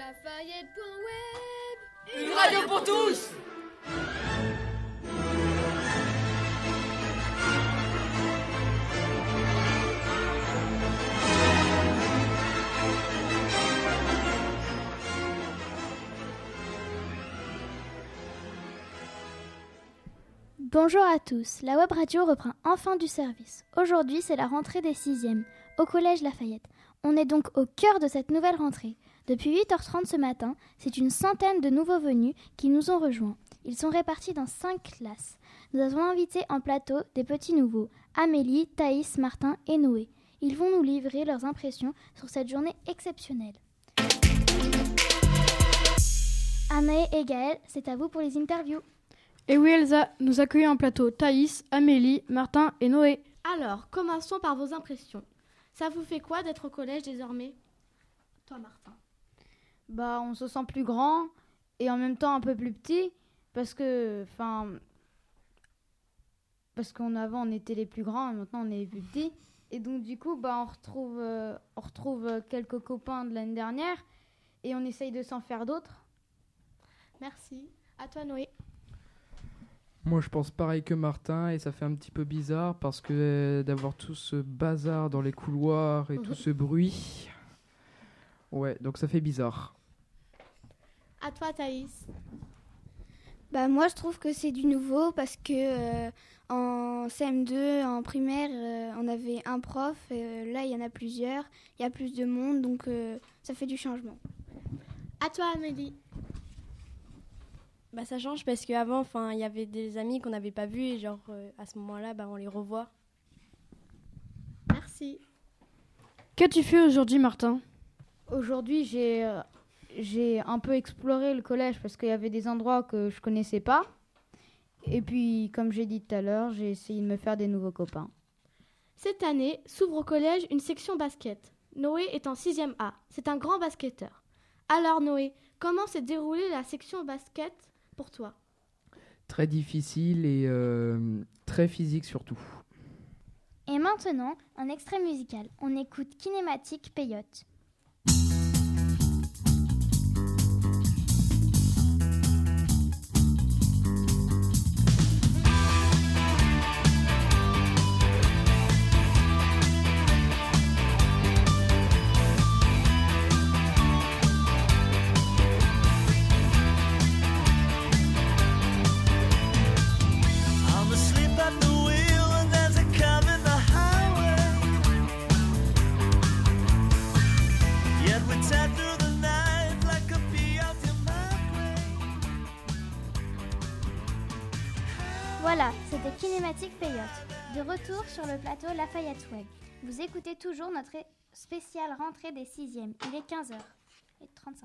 Lafayette.web. Une radio pour tous. Bonjour à tous, la web radio reprend enfin du service. Aujourd'hui, c'est la rentrée des 6e, au collège Lafayette. On est donc au cœur de cette nouvelle rentrée. Depuis 8h30 ce matin, c'est une centaine de nouveaux venus qui nous ont rejoints. Ils sont répartis dans 5 classes. Nous avons invité en plateau des petits nouveaux, Amélie, Thaïs, Martin et Noé. Ils vont nous livrer leurs impressions sur cette journée exceptionnelle. Anaë et Gaël, c'est à vous pour les interviews. Et oui Elsa, nous accueillons en plateau Thaïs, Amélie, Martin et Noé. Alors, commençons par vos impressions. Ça vous fait quoi d'être au collège désormais ? Toi Martin. On se sent plus grand et en même temps un peu plus petit parce qu'en avant on était les plus grands et maintenant on est les plus petits. Et donc du coup, on retrouve quelques copains de l'année dernière et on essaye de s'en faire d'autres. Merci. À toi Noé. Moi, je pense pareil que Martin et ça fait un petit peu bizarre parce que d'avoir tout ce bazar dans les couloirs et tout ce bruit, ouais, donc ça fait bizarre. À toi Thaïs. Moi, je trouve que c'est du nouveau parce que en CM2, en primaire, on avait un prof. Là, il y en a plusieurs. Il y a plus de monde, donc ça fait du changement. À toi Amélie. Ça change parce qu'avant, il y avait des amis qu'on n'avait pas vus et à ce moment-là, on les revoit. Merci. Qu'as-tu fait aujourd'hui, Martin ? Aujourd'hui, j'ai un peu exploré le collège parce qu'il y avait des endroits que je connaissais pas. Et puis, comme j'ai dit tout à l'heure, j'ai essayé de me faire des nouveaux copains. Cette année, s'ouvre au collège une section basket. Noé est en 6e A. C'est un grand basketteur. Alors Noé, comment s'est déroulée la section basket pour toi ? Très difficile et très physique surtout. Et maintenant, un extrait musical. On écoute Kinématique Peyote. Voilà, c'était Kinématique Peyote. De retour sur le plateau Lafayette Web. Vous écoutez toujours notre spéciale rentrée des 6e. Il est 15h35.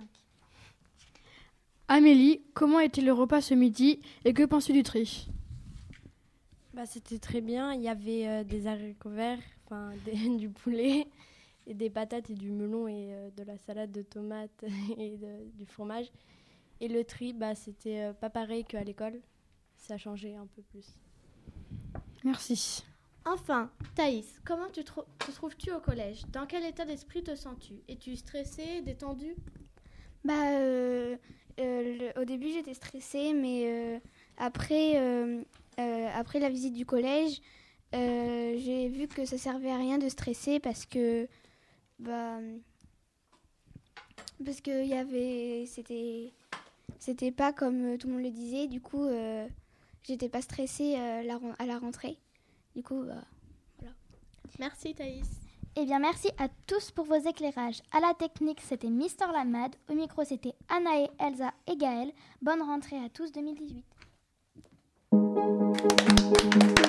Amélie, comment était le repas ce midi et que penses-tu du tri ? C'était très bien. Il y avait des haricots verts, du poulet, et des patates et du melon et de la salade de tomates et du fromage. Et le tri, c'était pas pareil qu'à l'école. Ça changeait un peu plus. Merci. Enfin, Thaïs, comment te trouves-tu au collège ? Dans quel état d'esprit te sens-tu ? Es-tu stressée, détendue ? Au début, j'étais stressée, mais après la visite du collège, j'ai vu que ça servait à rien de stresser parce que c'était pas comme tout le monde le disait. Du coup, j'étais pas stressée à la rentrée. Du coup, voilà. Merci Thaïs. Eh bien, merci à tous pour vos éclairages. À la technique, c'était Mister Lamad. Au micro, c'était Anaë, Elsa et Gaël. Bonne rentrée à tous 2018.